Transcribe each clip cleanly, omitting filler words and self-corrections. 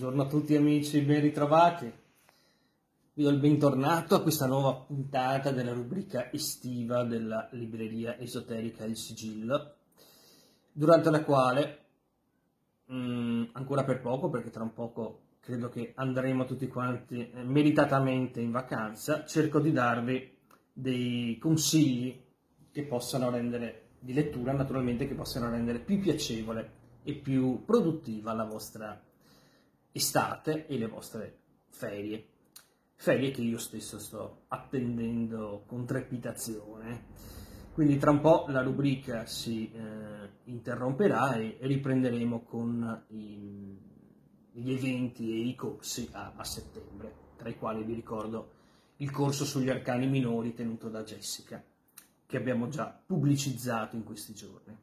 Buongiorno a tutti amici, ben ritrovati. Vi do il bentornato a questa nuova puntata della rubrica estiva della libreria esoterica Il Sigillo, durante la quale, ancora per poco, perché tra un poco credo che andremo tutti quanti meritatamente in vacanza, cerco di darvi dei consigli che possano rendere, di lettura naturalmente, che possano rendere più piacevole e più produttiva la vostra estate e le vostre ferie che io stesso sto attendendo con trepidazione. Quindi tra un po' la rubrica si interromperà e riprenderemo con gli eventi e i corsi a settembre, tra i quali vi ricordo il corso sugli arcani minori tenuto da Jessica, che abbiamo già pubblicizzato in questi giorni.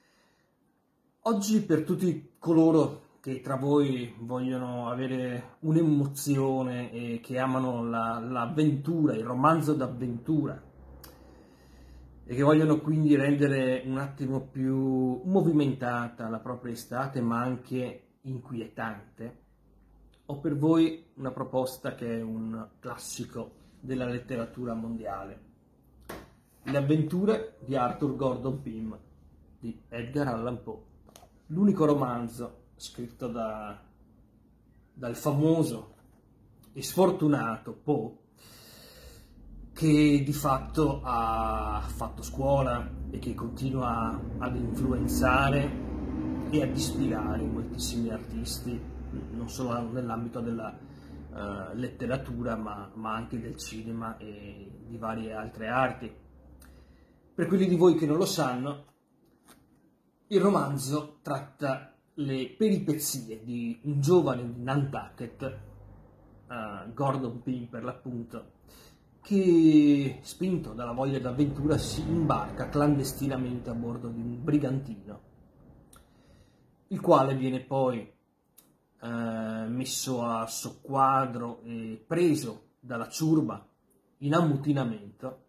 Oggi, per tutti coloro che tra voi vogliono avere un'emozione e che amano l'avventura, il romanzo d'avventura, e che vogliono quindi rendere un attimo più movimentata la propria estate, ma anche inquietante, ho per voi una proposta che è un classico della letteratura mondiale: Le avventure di Arthur Gordon Pym di Edgar Allan Poe. L'unico romanzo scritto dal famoso e sfortunato Poe, che di fatto ha fatto scuola e che continua ad influenzare e ad ispirare moltissimi artisti, non solo nell'ambito della letteratura, ma anche del cinema e di varie altre arti. Per quelli di voi che non lo sanno, il romanzo tratta le peripezie di un giovane di Nantucket, Gordon Pym per l'appunto, che, spinto dalla voglia d'avventura, si imbarca clandestinamente a bordo di un brigantino, il quale viene poi messo a soqquadro e preso dalla ciurma in ammutinamento,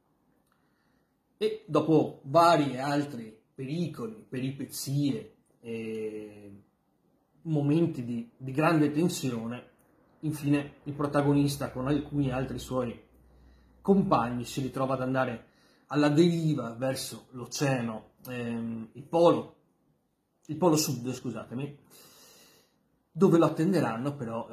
e dopo vari altri pericoli, peripezie e momenti di grande tensione, infine il protagonista con alcuni altri suoi compagni si ritrova ad andare alla deriva verso l'oceano, il polo sud, scusatemi, dove lo attenderanno però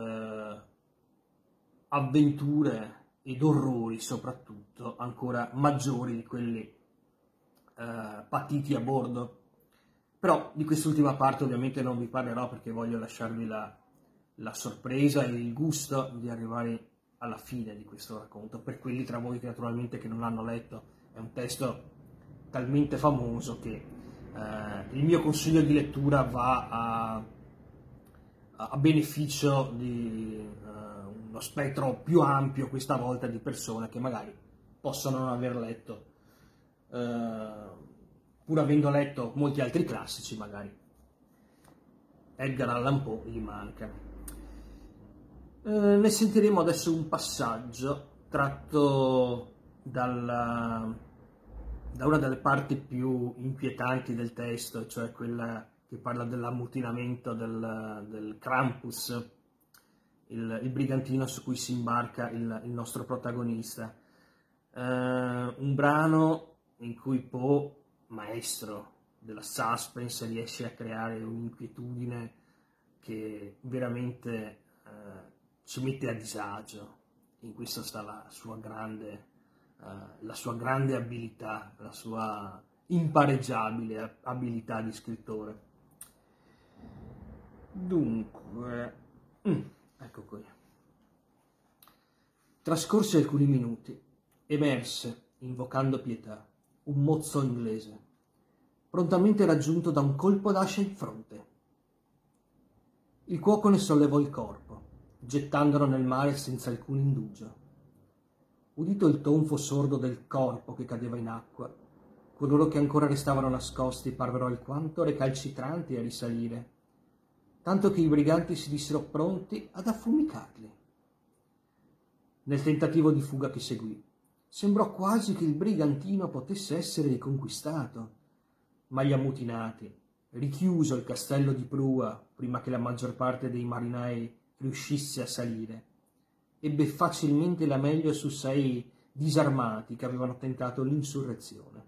avventure ed orrori soprattutto ancora maggiori di quelli patiti a bordo. Però di quest'ultima parte ovviamente non vi parlerò, perché voglio lasciarvi la sorpresa e il gusto di arrivare alla fine di questo racconto. Per quelli tra voi che naturalmente che non l'hanno letto, è un testo talmente famoso che il mio consiglio di lettura va a beneficio di uno spettro più ampio, questa volta, di persone che magari possono non aver letto, pur avendo letto molti altri classici, magari Edgar Allan Poe gli manca. Ne sentiremo adesso un passaggio tratto da una delle parti più inquietanti del testo, cioè quella che parla dell'ammutinamento del Krampus, il brigantino su cui si imbarca il nostro protagonista. Un brano in cui Poe, maestro della suspense, riesce a creare un'inquietudine che veramente ci mette a disagio. In questo sta la sua grande abilità, la sua impareggiabile abilità di scrittore. Dunque, ecco qui. Trascorsi alcuni minuti, emerse, invocando pietà, un mozzo inglese, prontamente raggiunto da un colpo d'ascia in fronte. Il cuoco ne sollevò il corpo, gettandolo nel mare senza alcun indugio. Udito il tonfo sordo del corpo che cadeva in acqua, coloro che ancora restavano nascosti parvero alquanto recalcitranti a risalire, tanto che i briganti si dissero pronti ad affumicarli. Nel tentativo di fuga che seguì, sembrò quasi che il brigantino potesse essere riconquistato, ma gli ammutinati, richiuso il castello di prua prima che la maggior parte dei marinai riuscisse a salire, ebbe facilmente la meglio su 6 disarmati che avevano tentato l'insurrezione.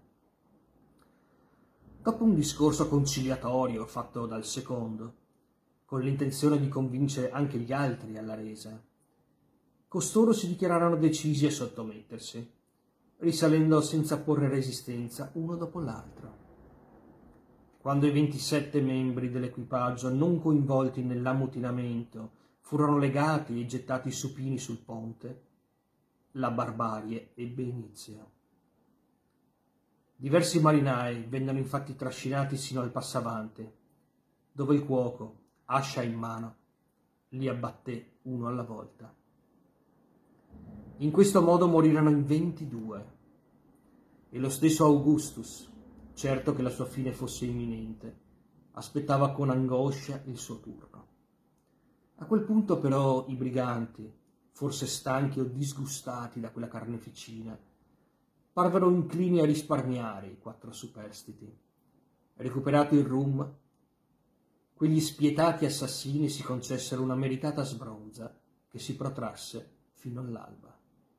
Dopo un discorso conciliatorio fatto dal secondo, con l'intenzione di convincere anche gli altri alla resa, costoro si dichiararono decisi a sottomettersi, risalendo senza porre resistenza uno dopo l'altro. Quando i 27 membri dell'equipaggio non coinvolti nell'ammutinamento furono legati e gettati supini sul ponte, la barbarie ebbe inizio. Diversi marinai vennero infatti trascinati sino al passavante, dove il cuoco, ascia in mano, li abbatté uno alla volta. In questo modo morirono in 22, e lo stesso Augustus, certo che la sua fine fosse imminente, aspettava con angoscia il suo turno. A quel punto però i briganti, forse stanchi o disgustati da quella carneficina, parvero inclini a risparmiare i 4 superstiti. Recuperato il rum, quegli spietati assassini si concessero una meritata sbronza che si protrasse fino all'alba.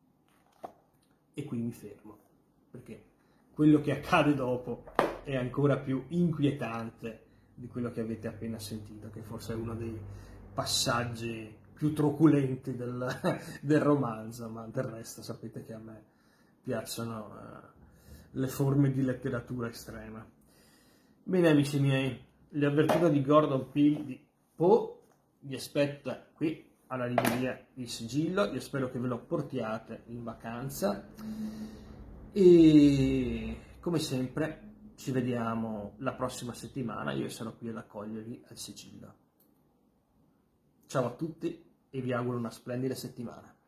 E qui mi fermo, perché quello che accade dopo è ancora più inquietante di quello che avete appena sentito, che forse è uno dei passaggi più truculenti del romanzo, ma del resto sapete che a me piacciono le forme di letteratura estrema. Bene amici miei, l'avventura di Gordon Pym di Poe vi aspetta qui alla libreria Il Sigillo. Io spero che ve lo portiate in vacanza e come sempre ci vediamo la prossima settimana. Io sarò qui ad accogliervi al Sigillo. Ciao a tutti e vi auguro una splendida settimana.